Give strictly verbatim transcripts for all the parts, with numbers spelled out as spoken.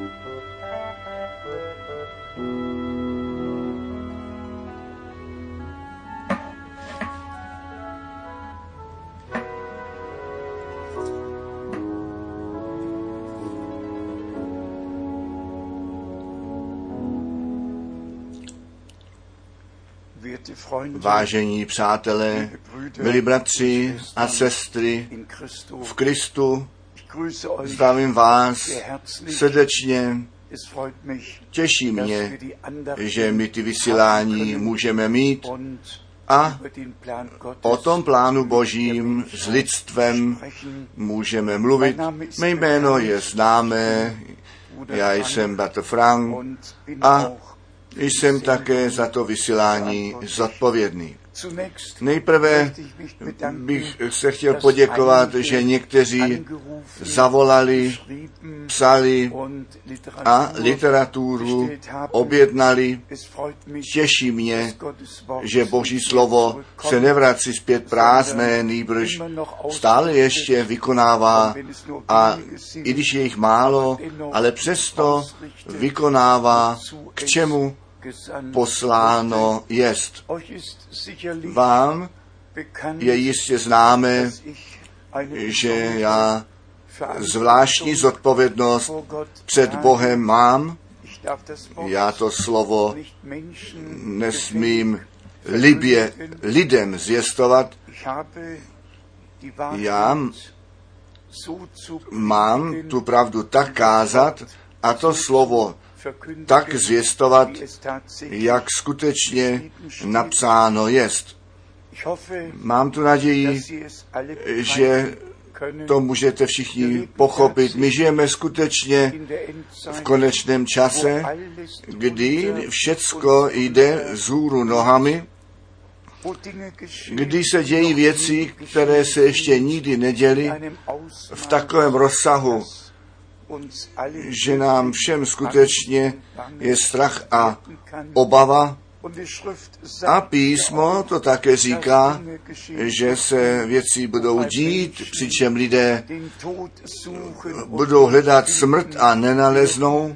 Vážení přátelé, milí bratři a sestry v Kristu, zdravím vás srdečně. Těší mě, že my ty vysílání můžeme mít a o tom plánu Božím s lidstvem můžeme mluvit. Mé jméno je známé, já jsem bratr Frank a jsem také za to vysílání zodpovědný. Nejprve bych se chtěl poděkovat, že někteří zavolali, psali a literaturu objednali. Těší mě, že Boží slovo se nevrací zpět prázdné, nýbrž stále ještě vykonává a i když je jich málo, ale přesto vykonává, k čemu posláno jest. Vám je jistě známé, že já zvláštní zodpovědnost před Bohem mám. Já to slovo nesmím libě lidem zvěstovat. Já mám tu pravdu tak kázat a to slovo tak zvěstovat, jak skutečně napsáno jest. Mám tu naději, že to můžete všichni pochopit. My žijeme skutečně v konečném čase, kdy všecko jde vzhůru nohami, kdy se dějí věci, které se ještě nikdy neděly v takovém rozsahu, že nám všem skutečně je strach a obava. A písmo to také říká, že se věci budou dít, přičem lidé budou hledat smrt a nenaleznou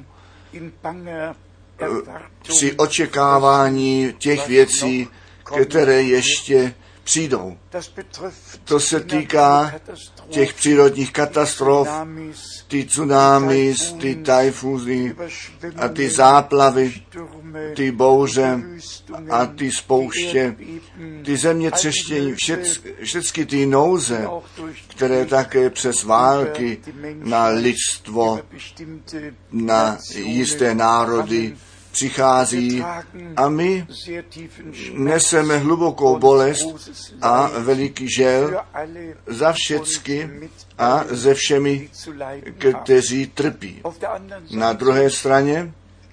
při očekávání těch věcí, které ještě přijdou. To se týká těch přírodních katastrof, ty tsunámis, ty tajfuny a ty záplavy, ty bouře a ty spouště, ty zemětřeštění, všechny ty nouze, které také přes války na lidstvo, na jisté národy přichází a my neseme hlubokou bolest a veliký žel za všecky a ze všemi, kteří trpí. Na druhé straně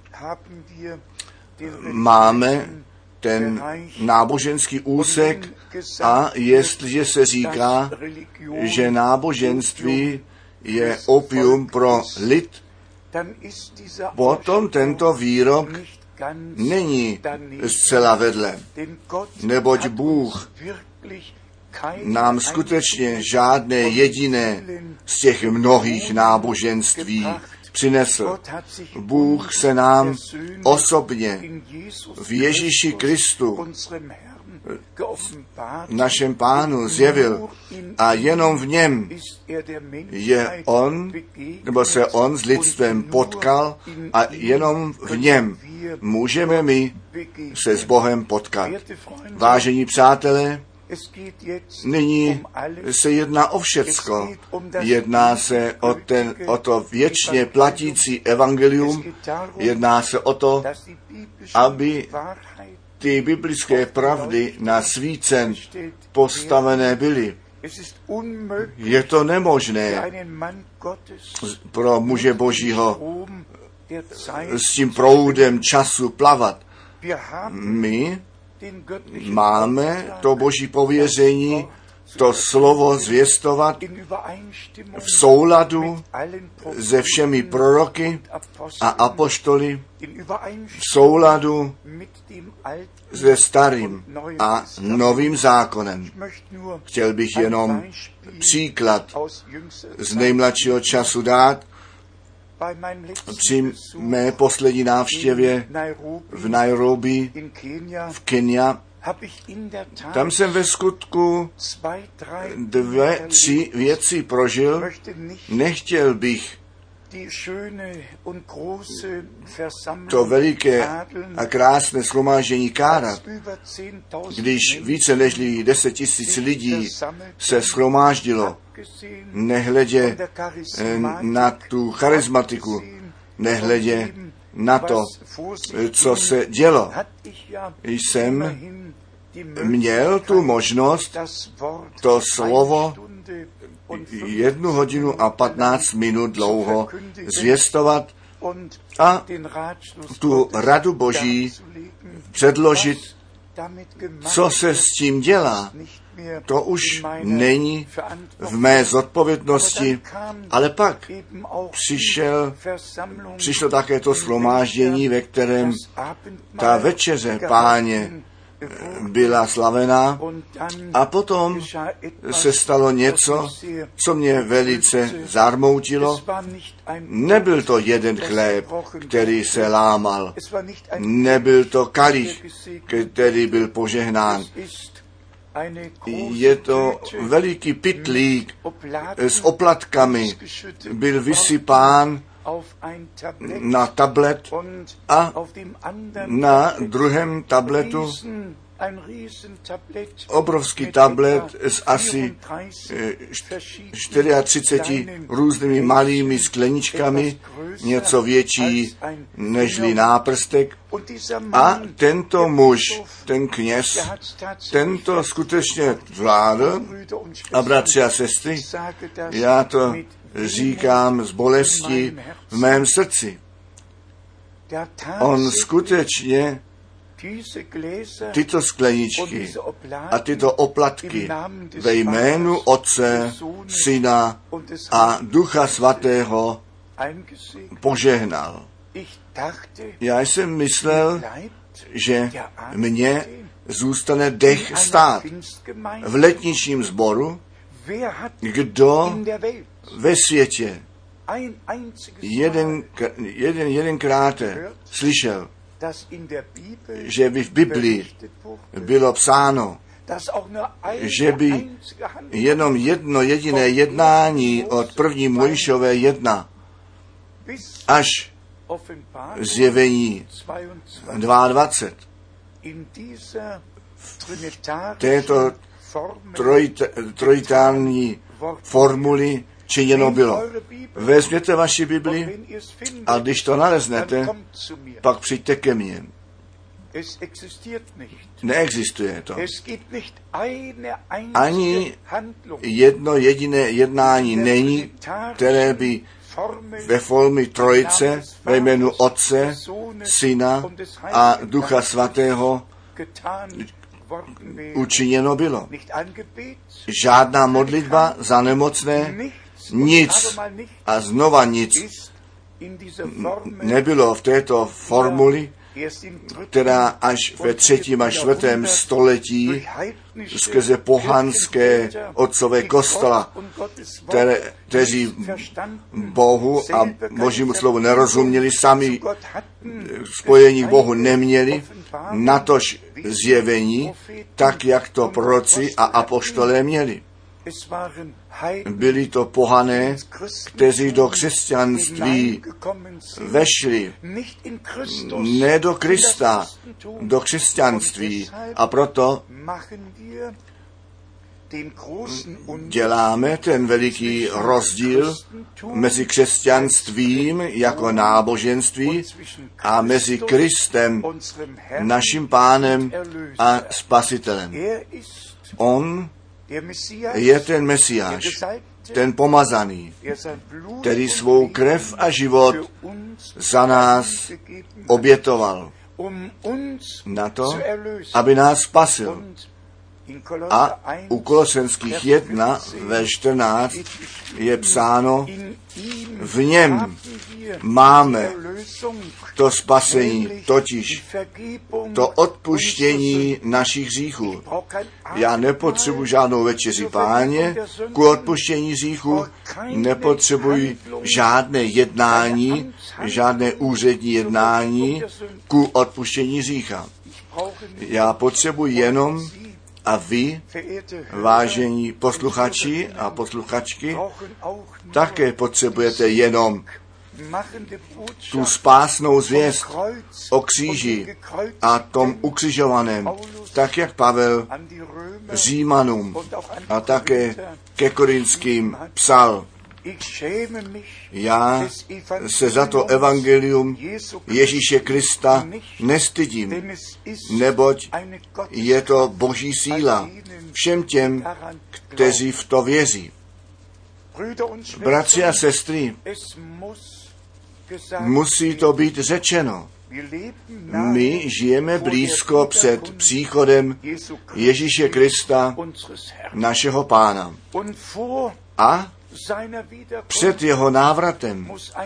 máme ten náboženský úsek a jestliže se říká, že náboženství je opium pro lid, potom tento výrok není zcela vedle, neboť Bůh nám skutečně žádné jediné z těch mnohých náboženství přinesl. Bůh se nám osobně v Ježíši Kristu, našem Pánu, zjevil a jenom v něm je on, nebo se on s lidstvem potkal a jenom v něm můžeme my se s Bohem potkat. Vážení přátelé, nyní se jedná o všecko. Jedná se o, ten, o to věčně platící evangelium, jedná se o to, aby ty biblické pravdy na svícen postavené byly. Je to nemožné pro muže Božího s tím proudem času plavat. My máme to Boží pověření, to slovo zvěstovat v souladu se všemi proroky a apoštoly, v souladu se starým a novým zákonem. Chtěl bych jenom příklad z nejmladšího času dát. při mé poslední návštěvě v Nairobi, v Kenia, tam jsem ve skutku dvě, tři věci prožil. Nechtěl bych to veliké a krásné shromáždění kárat, když více než deset tisíc lidí se shromáždilo, nehledě na tu charismatiku, nehledě na to, co se dělo. Jsem měl tu možnost to slovo jednu hodinu a patnáct minut dlouho zvěstovat a tu radu Boží předložit, co se s tím dělá. To už není v mé zodpovědnosti, ale pak přišel, přišlo také to shromáždění, ve kterém ta večeře Páně byla slavená a potom se stalo něco, co mě velice zarmoutilo. Nebyl to jeden chléb, který se lámal. Nebyl to kalich, který byl požehnán. Je to veliký pytlík s oplatkami, byl vysypán na tablet a na druhém tabletu obrovský tablet s asi třiceti čtyřmi různými malými skleničkami, něco větší nežli náprstek. A tento muž, ten kněz, tento skutečně zvládl. A bratři a sestry, já to říkám z bolesti v mém srdci. On skutečně tyto skleničky a tyto oplatky ve jménu Otce, Syna a Ducha Svatého požehnal. Já jsem myslel, že mně zůstane dech stát v letničním sboru, kdo ve světě jeden, jeden, jedenkrát slyšel, že by v Biblii bylo psáno, že by jenom jedno jediné jednání od první Mojžíšové jedna až zjevení dvacet dva v této trojit, trojitální formuli činěno bylo. Vezměte vaši Bibli a když to naleznete, pak přijďte ke mně. Neexistuje to. Ani jedno jediné jednání není, které by ve formě trojice ve jménu Otce, Syna a Ducha Svatého učiněno bylo. Žádná modlitba za nemocné, nic a znova nic nebylo v této formuli, která až ve třetím a čtvrtém století skrze pohanské otcové kostela, které, kteří Bohu a Božímu slovu nerozuměli, sami spojení k Bohu neměli, natož zjevení, tak jak to proroci a apoštolé měli. Byli to pohané, kteří do křesťanství vešli, ne do Krista, do křesťanství. A proto děláme ten veliký rozdíl mezi křesťanstvím jako náboženství a mezi Kristem, naším Pánem a Spasitelem. On je ten Mesiáš, ten pomazaný, který svou krev a život za nás obětoval na to, aby nás spasil. A u Kolosenských jedna ve čtrnáct je psáno, v něm máme to spasení, totiž to odpuštění našich hříchů. Já nepotřebuji žádnou večeři Páně ku odpuštění hříchů, nepotřebuji žádné jednání, žádné úřední jednání ku odpuštění hřícha. Já potřebuji jenom, a vy, vážení posluchači a posluchačky, také potřebujete jenom tu spásnou zvěst o kříži a tom ukřižovaném, tak jak Pavel Římanům a také ke Korinským psal. Já se za to evangelium Ježíše Krista nestydím, neboť je to boží síla všem těm, kteří v to věří. Bratři a sestry, musí to být řečeno. My žijeme blízko před příchodem Ježíše Krista, našeho Pána. A před jeho návratem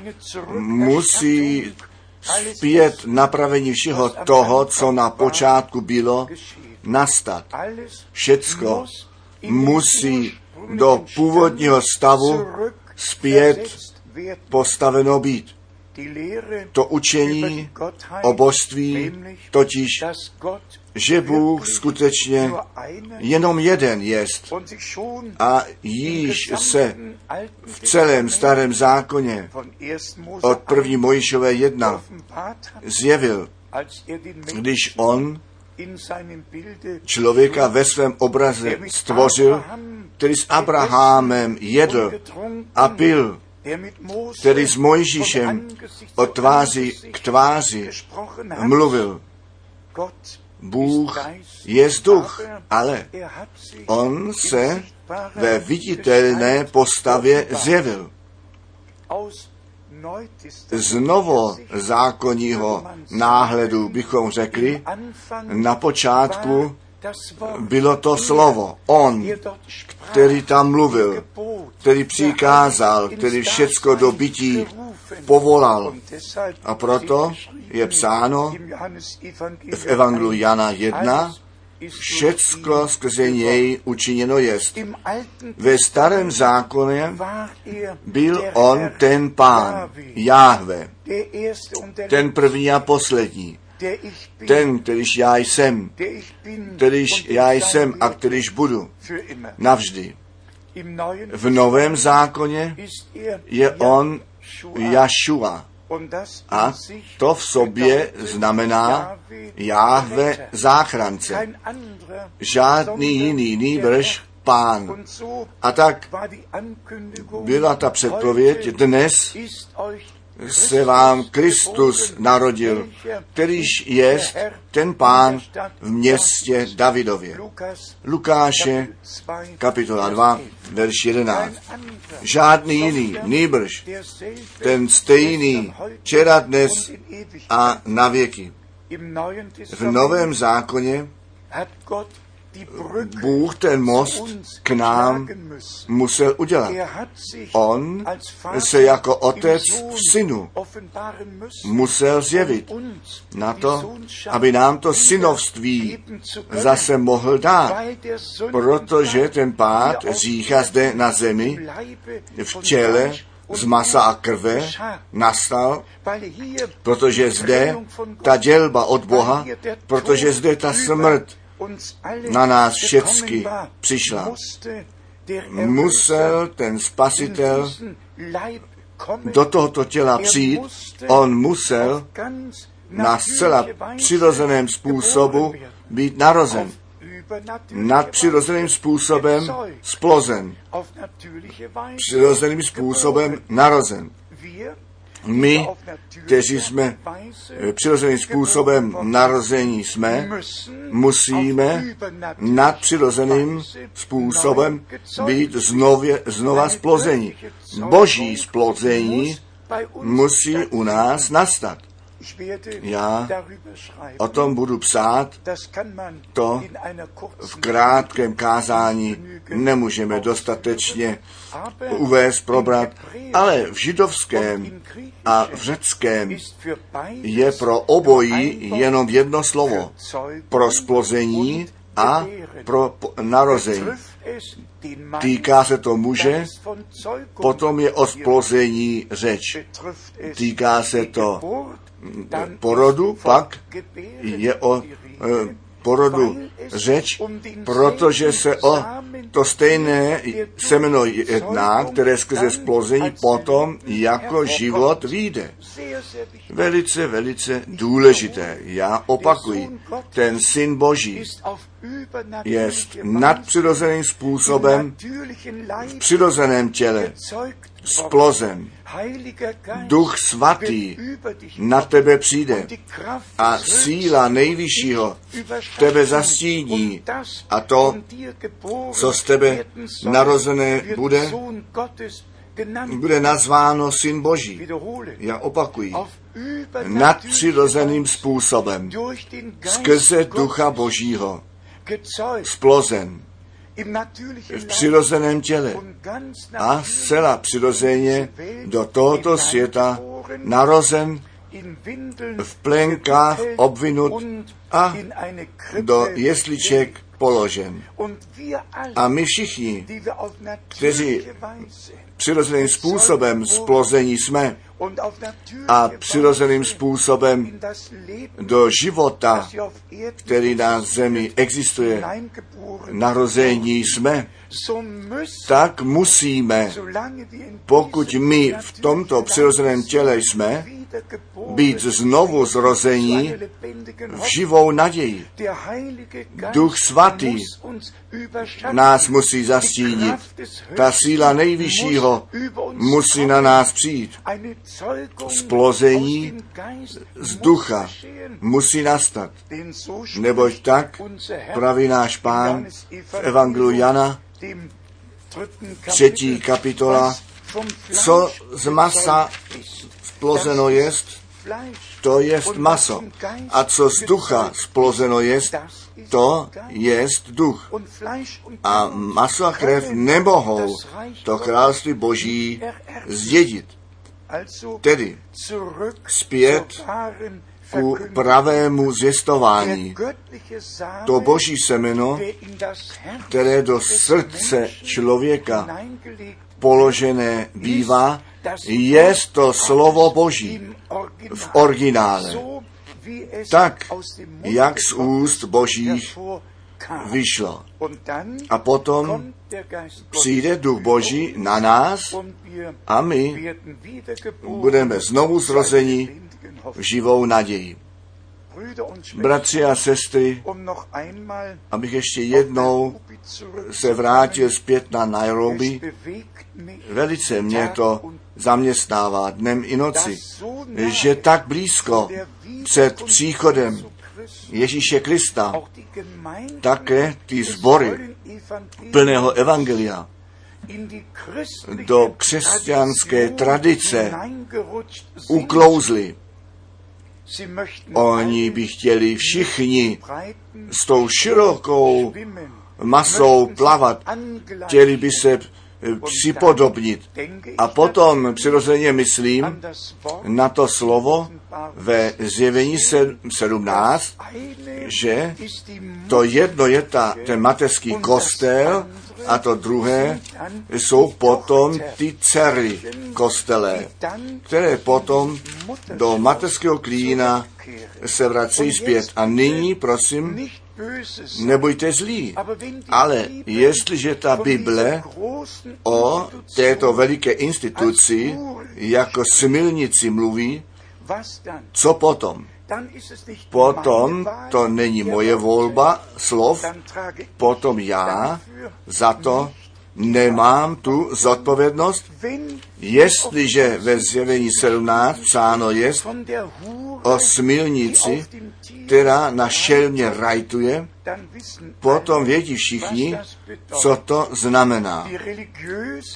musí zpět napravení všeho toho, co na počátku bylo, nastat. Všecko musí do původního stavu zpět postaveno být. To učení o božství, totiž, že Bůh skutečně jenom jeden jest a již se v celém starém zákoně od první Mojžíšové jedna zjevil, když on člověka ve svém obraze stvořil, který s Abrahamem jedl a pil, který s Mojžíšem od tváři k tváři mluvil. Bůh je duch, ale on se ve viditelné postavě zjevil. Z novozákonního náhledu bychom řekli, na počátku bylo to slovo, on, který tam mluvil, který přikázal, který všecko do bytí povolal. A proto je psáno v Evangeliu Jana jedna, všecko skrze něj učiněno jest. Ve starém zákoně byl on ten Pán, Jáhve, ten první a poslední, ten, kterýž já jsem, kterýž já jsem a kterýž budu, navždy. V Novém zákoně je on Jašua. A to v sobě znamená Jáhve záchrance. Žádný jiný, nýbrž Pán. A tak byla ta předpověď, dnes se vám Kristus narodil, kterýž jest ten Pán v městě Davidově. Lukáše, kapitola dva, verš jedenáct. Žádný jiný, nýbrž ten stejný, včera, dnes a na věky. V Novém zákoně Bůh ten most k nám musel udělat. On se jako otec v synu musel zjevit na to, aby nám to synovství zase mohl dát, protože ten pád hřícha zde na zemi v těle z masa a krve nastal, protože zde ta dělba od Boha, protože zde ta smrt na nás všecky přišla. Musel ten spasitel do tohoto těla přijít, on musel na zcela přirozeném způsobu být narozen. Nadpřirozeným způsobem splozen. Přirozeným způsobem narozen. My, kteří jsme přirozeným způsobem narození jsme, musíme nadpřirozeným způsobem být znově, znova splození. Boží splození musí u nás nastat. Já o tom budu psát, to v krátkém kázání nemůžeme dostatečně uvést, probrat, ale v židovském a v řeckém je pro obojí jenom jedno slovo. Pro splození a pro narození. Týká se to muže, potom je o splození řeč. Týká se to porodu, pak je o porodu řeč, protože se o to stejné semeno jedná, které skrze splození potom jako život vyjde. Velice, velice důležité. Já opakuji, ten Syn Boží je nadpřirozeným způsobem v přirozeném těle splozen. Duch svatý na tebe přijde a síla nejvyššího tebe zastíní a to, co z tebe narozené bude, bude nazváno Syn Boží. Já opakuji, nadpřirozeným způsobem skrze Ducha Božího splozen v přirozeném těle a zcela přirozeně do tohoto světa narozen, v plenkách obvinut a do jesliček položen. A my všichni, kteří přirozeným způsobem splození jsme a přirozeným způsobem do života, který na zemi existuje, narození jsme, tak musíme, pokud my v tomto přirozeném těle jsme, být znovu zrození v živou naději. Duch svatý nás musí zastínit. Ta síla nejvyššího musí na nás přijít. Splození z ducha musí nastat. Neboť tak praví náš Pán v Evangeliu Jana, třetí kapitola, co z masa splozeno jest, to jest maso. A co z ducha splozeno jest, to jest duch. A maso a krev nemohou to království Boží zdědit. Tedy zpět ku pravému zvěstování. To Boží semeno, které do srdce člověka položené bývá, je to slovo Boží v originále. Tak, jak z úst Božích vyšlo. A potom přijde Duch Boží na nás a my budeme znovu zrozeni v živou naději. Bratři a sestry, abych ještě jednou se vrátil zpět na Nairobi, velice mě to zaměstnává dnem i noci, že tak blízko před příchodem Ježíše Krista také ty sbory plného evangelia do křesťanské tradice uklouzly. Oni by chtěli všichni s tou širokou masou plavat, chtěli by se připodobnit. A potom přirozeně myslím na to slovo ve Zjevení sedmnáct, že to jedno je ta, ten mateřský kostel a to druhé jsou potom ty dcery kostelé, které potom do mateřského klína se vrací zpět. A nyní, prosím, nebuďte zlí, ale jestliže ta Bible o této veliké instituci jako smilnici mluví, co potom? Potom to není moje volba slov, potom já za to nemám tu zodpovědnost, jestliže ve Zjevení sedmnáct psáno je o smilnici, která na šelmě rajtuje, potom vědí všichni, co to znamená.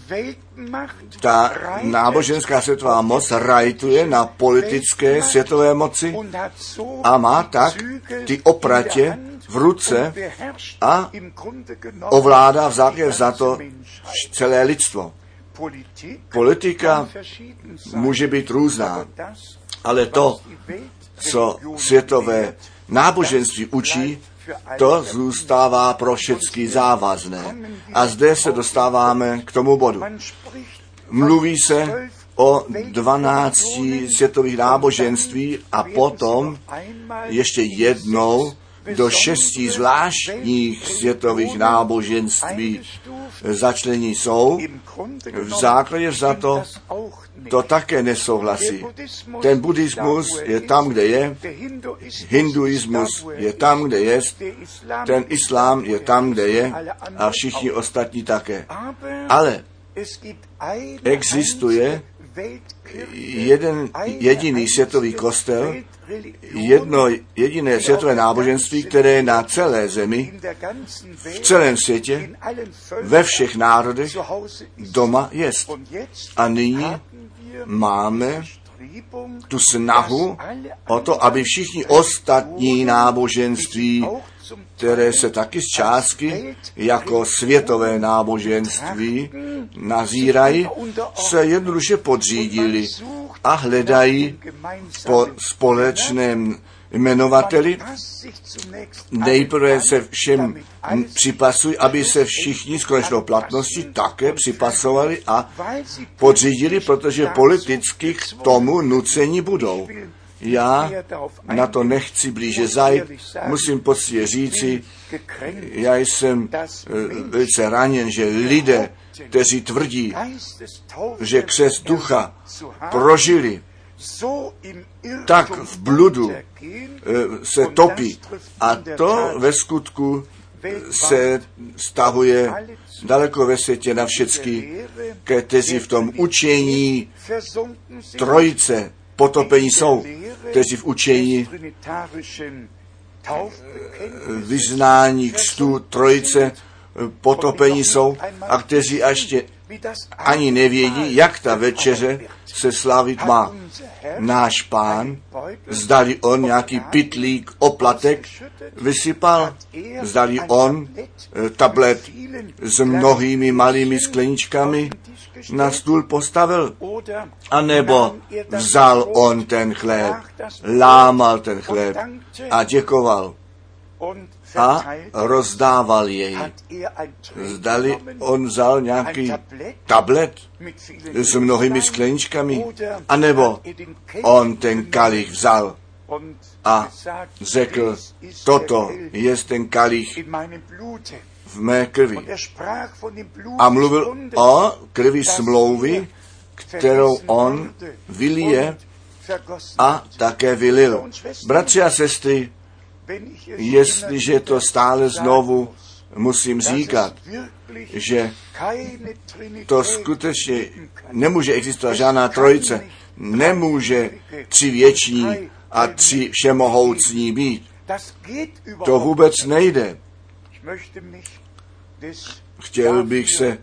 ta náboženská světová moc rajtuje na politické světové moci a má tak ty opratě v ruce a ovládá v základě za to celé lidstvo. Politika může být různá, ale to, co světové náboženství učí, to zůstává pro všechny závazné. A zde se dostáváme k tomu bodu. Mluví se o dvanácti světových náboženství a potom ještě jednou do šesti zvláštních světových náboženství začlení jsou. V základě za to to také nesouhlasí. Ten buddhismus je tam, kde je, hinduismus je tam, kde je, ten islám je tam, kde je a všichni ostatní také. Ale existuje jeden jediný světový kostel, jedno jediné světové náboženství, které je na celé zemi, v celém světě, ve všech národech doma jest. A nyní máme tu snahu o to, aby všichni ostatní náboženství, které se taky z částky jako světové náboženství nazírají, se jednoduše podřídili a hledají po společném jmenovateli. Nejprve se všem připasují, aby se všichni s konečnou platností také připasovali a podřídili, protože politicky k tomu nuceni budou. Já na to nechci blíže zajít, musím poctivě říci, já jsem velice raněn, že lidé, kteří tvrdí, že křest ducha prožili, tak v bludu se topí. A to ve skutku se stahuje daleko ve světě na všechny, kteří v tom učení trojice potopení jsou, kteří v učení vyznání křtu trojice potopení jsou a kteří ještě ani nevědí, jak ta večeře se slavit má. Náš Pán, zdali on nějaký pytlík, oplatek vysypal, zdali on tablet s mnohými malými skleničkami na stůl postavil, anebo vzal on ten chléb, lámal ten chléb a děkoval a rozdával jej. Zdali on vzal nějaký tablet s mnohými skleničkami, anebo on ten kalich vzal a řekl, toto je ten kalich v mé krvi. A mluvil o krvi smlouvy, kterou on vylije a také vylil. Bratři a sestry, jestliže to stále znovu musím říkat, že to skutečně nemůže existovat žádná trojice, nemůže tři věční a tři všemohoucní být. To vůbec nejde. Chtěl bych se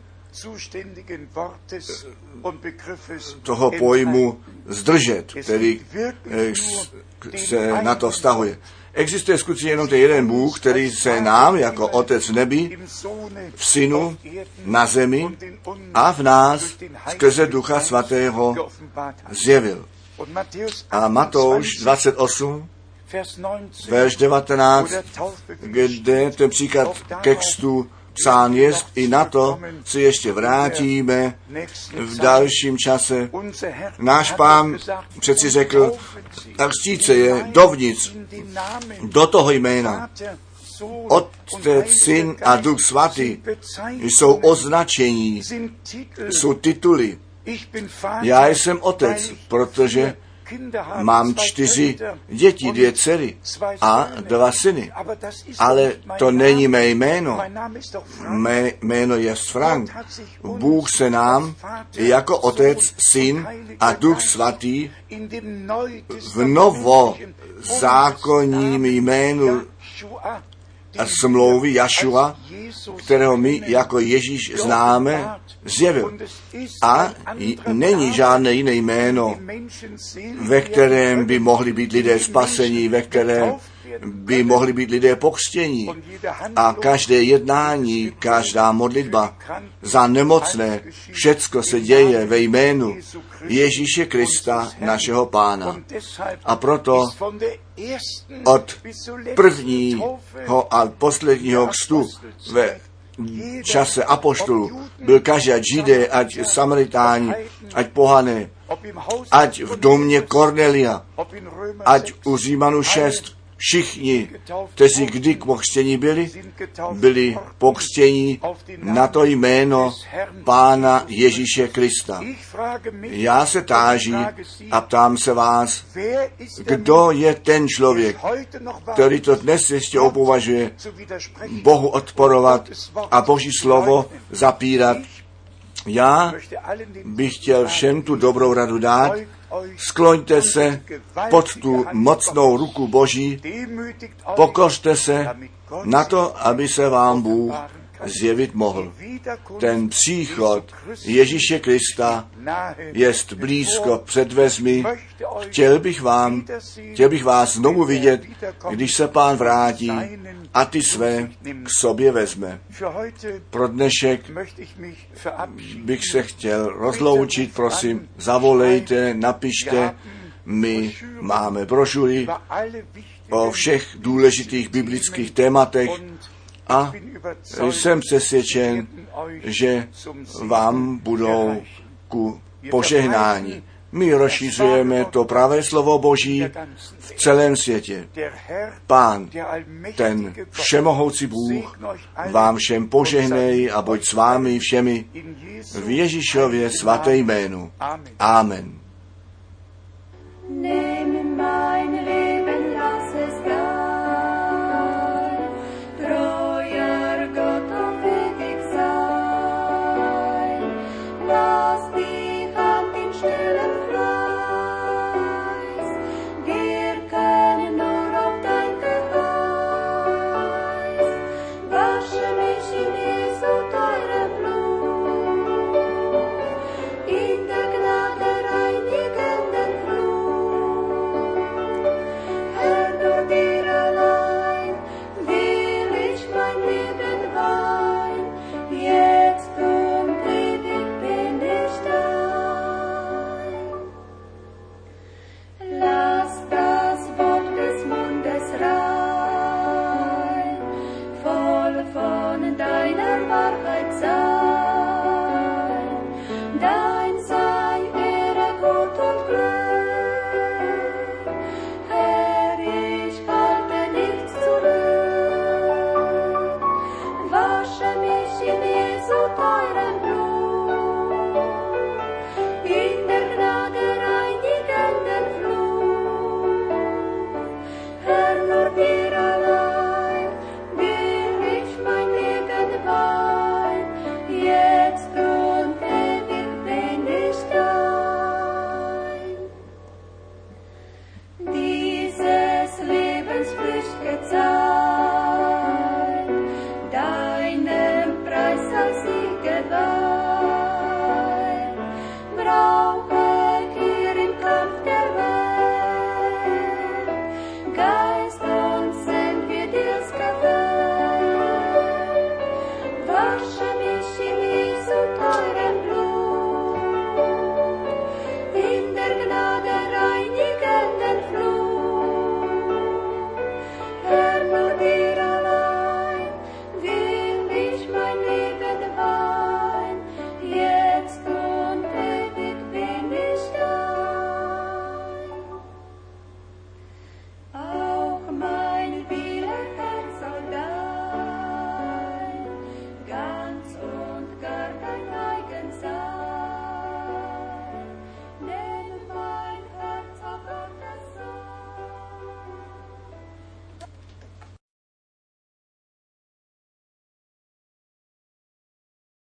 toho pojmu zdržet, který se na to vztahuje. Existuje skutečně jenom ten jeden Bůh, který se nám jako Otec v nebi, v Synu, na zemi a v nás skrze Ducha Svatého zjevil. A Matouš dvacet osm, verš devatenáct, kde ten příklad ke křtu psán jest, i na to se ještě vrátíme v dalším čase. Náš Pán přeci řekl, a křtít se je dovnitř, do toho jména. Otec, Syn a Duch Svatý jsou označení, jsou tituly. Já jsem otec, protože mám čtyři děti, dvě dcery a dva syny. Ale to není mé jméno. Mé jméno je Frank. Bůh se nám jako Otec, Syn a Duch Svatý v novozákonním jménu smlouvy Jašua, kterého my jako Ježíš známe, zjevil. A není žádné jiné jméno, ve kterém by mohli být lidé spasení, ve kterém by mohli být lidé pokřtění. A každé jednání, každá modlitba za nemocné, všecko se děje ve jménu Ježíše Krista, našeho Pána. A proto od prvního a posledního křtu ve čase apoštolů byl každý, ať Židé, ať Samaritáni, ať pohané, ať v domě Kornelia, ať u Římanů šest, všichni, kteří kdy k pokřtění byli, byli pokřtění na to jméno Pána Ježíše Krista. Já se táží a ptám se vás, kdo je ten člověk, který to dnes ještě opovažuje Bohu odporovat a Boží slovo zapírat. Já bych chtěl všem tu dobrou radu dát. Skloňte se pod tu mocnou ruku Boží, pokořte se na to, aby se vám Bůh zjevit mohl. Ten příchod Ježíše Krista jest blízko před dveřmi. Chtěl bych vám, chtěl bych vás znovu vidět, když se Pán vrátí a ty své k sobě vezme. Pro dnešek bych se chtěl rozloučit, prosím, zavolejte, napište, my máme brožury o všech důležitých biblických tématech a jsem přesvědčen, že vám budou ku požehnání. My rozšiřujeme to pravé slovo Boží v celém světě. Pán, ten všemohoucí Bůh, vám všem požehnej a buď s vámi všemi v Ježíšově svaté jménu. Amen.